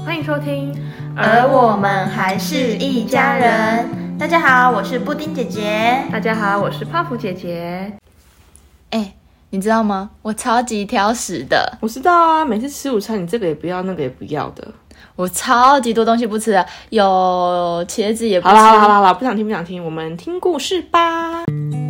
欢迎收听， 而我们还是一家人。大家好，我是布丁姐姐。 大家好，我是泡芙姐姐。 你知道吗？我超级挑食的。 我知道啊，每次吃午餐你这个也不要，那个也不要的。 我超级多东西不吃的，有茄子也不吃。 好啦，不想听，我们听故事吧。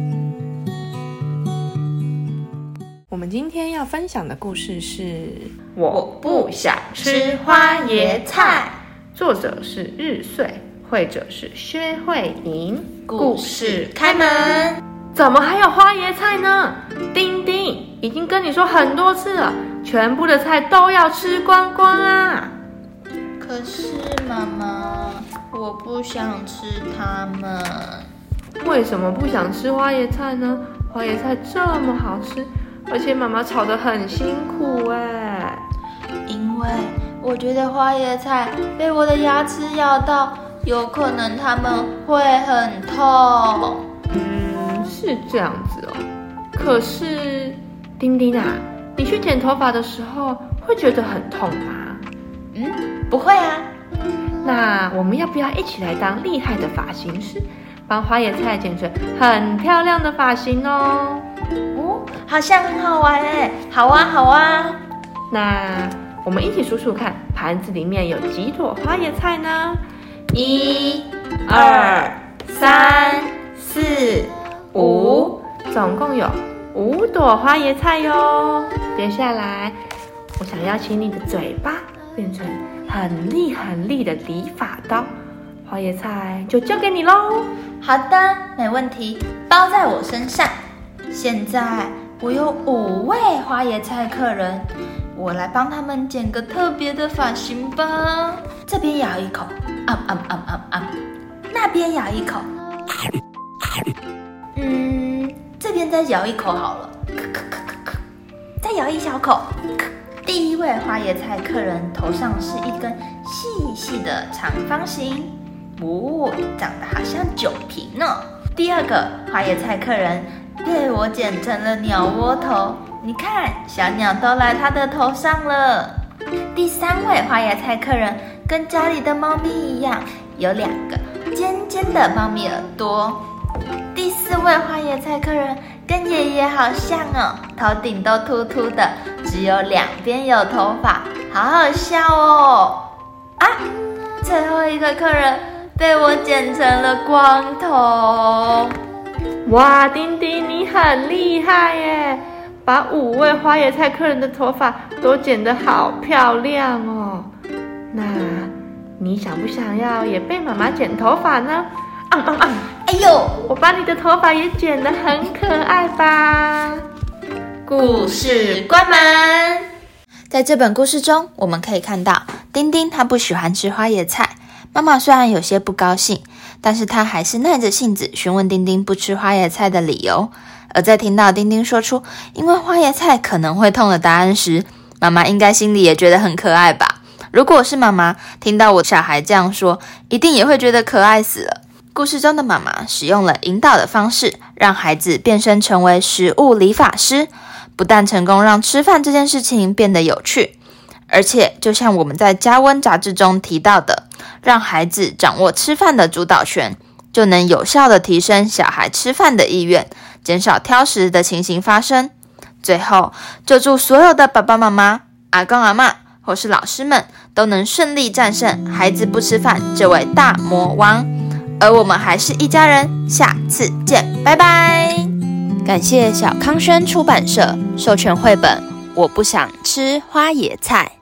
我们今天要分享的故事是我不想吃花椰菜， 作者是日穗，绘者是薛慧莹。 故事开门。 怎么还有花椰菜呢？丁丁已经跟你说很多次了，全部的菜都要吃光光啊！ 可是妈妈，我不想吃它们。 为什么不想吃花椰菜呢？花椰菜这么好吃，而且妈妈炒得很辛苦哎。 因为我觉得花椰菜被我的牙齿咬到，有可能它们会很痛。 是这样子哦。可是丁丁啊，你去剪头发的时候会觉得很痛吗？ 不会啊。 那我们要不要一起来当厉害的发型师，帮花椰菜剪成很漂亮的发型哦？ 好像很好玩哎。好啊。 那我们一起数数看，盘子里面有几朵花椰菜呢？1、2、3、4、5，总共有5朵花椰菜哟。接下来，我想要请你的嘴巴变成很利的理发刀，花椰菜就交给你咯。 好的，没问题，包在我身上。现在我有5位花椰菜客人，我来帮他们剪个特别的发型吧。这边咬一口，那边咬一口，这边再咬一口好了，再咬一小口。第一位花椰菜客人头上是一根细的长方形，长得好像酒瓶呢。第二个花椰菜客人被我剪成了鸟窝头，你看，小鸟都来他的头上了。第3位花椰菜客人跟家里的猫咪一样，有2个尖的猫咪耳朵。第4位花椰菜客人跟爷爷好像哦，头顶都秃的，只有2边有头发，好好笑哦。最后一个客人被我剪成了光头。 哇，丁丁你很厉害耶，把5位花椰菜客人的头发都剪得好漂亮哦。那你想不想要也被妈妈剪头发呢？ 哎呦， 我把你的头发也剪得很可爱吧。 故事关门。在这本故事中，我们可以看到丁丁他不喜欢吃花椰菜，妈妈虽然有些不高兴，但是他还是耐着性子询问丁丁不吃花椰菜的理由。而在听到丁丁说出因为花椰菜可能会痛的答案时，妈妈应该心里也觉得很可爱吧。如果我是妈妈，听到我小孩这样说，一定也会觉得可爱死了。故事中的妈妈使用了引导的方式，让孩子变身成为食物理发师，不但成功让吃饭这件事情变得有趣，而且就像我们在家温杂志中提到的，让孩子掌握吃饭的主导权，就能有效地提升小孩吃饭的意愿，减少挑食的情形发生。最后，就祝所有的爸爸妈妈、阿公阿嬷或是老师们都能顺利战胜孩子不吃饭这位大魔王。而我们还是一家人，下次见，拜拜。感谢小康轩出版社授权绘本《我不想吃花椰菜》。